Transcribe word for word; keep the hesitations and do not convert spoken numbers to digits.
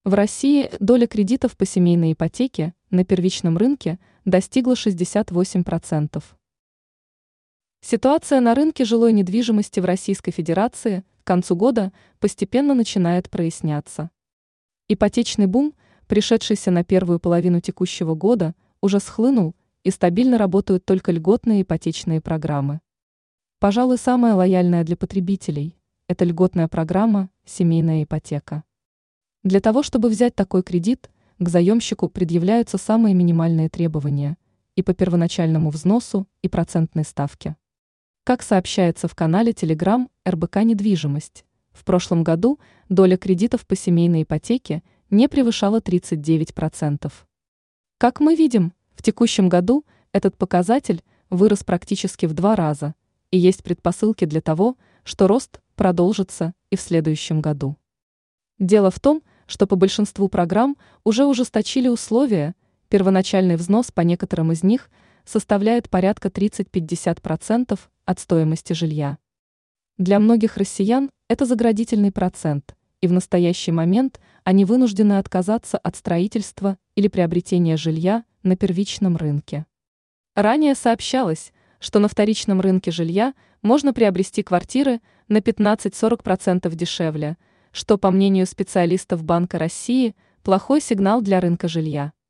В России доля кредитов по семейной ипотеке на первичном рынке достигла шестьдесят восемь процентов. Ситуация на рынке жилой недвижимости в Российской Федерации к концу года постепенно начинает проясняться. Ипотечный бум, пришедшийся на первую половину текущего года, уже схлынул, и стабильно работают только льготные ипотечные программы. Пожалуй, самая лояльная для потребителей – это льготная программа «Семейная ипотека». Для того, чтобы взять такой кредит, к заемщику предъявляются самые минимальные требования и по первоначальному взносу, и процентной ставке. Как сообщается в канале Telegram эр бэ ка «Недвижимость», в прошлом году доля кредитов по семейной ипотеке не превышала тридцать девять процентов. Как мы видим, в текущем году этот показатель вырос практически в два раза, и есть предпосылки для того, что рост продолжится и в следующем году. Дело в том, что по большинству программ уже ужесточили условия, первоначальный взнос по некоторым из них составляет порядка тридцать-пятьдесят процентов от стоимости жилья. Для многих россиян это заградительный процент, и в настоящий момент они вынуждены отказаться от строительства или приобретения жилья на первичном рынке. Ранее сообщалось, что на вторичном рынке жилья можно приобрести квартиры на пятнадцать-сорок процентов дешевле, что, по мнению специалистов Банка России, плохой сигнал для рынка жилья.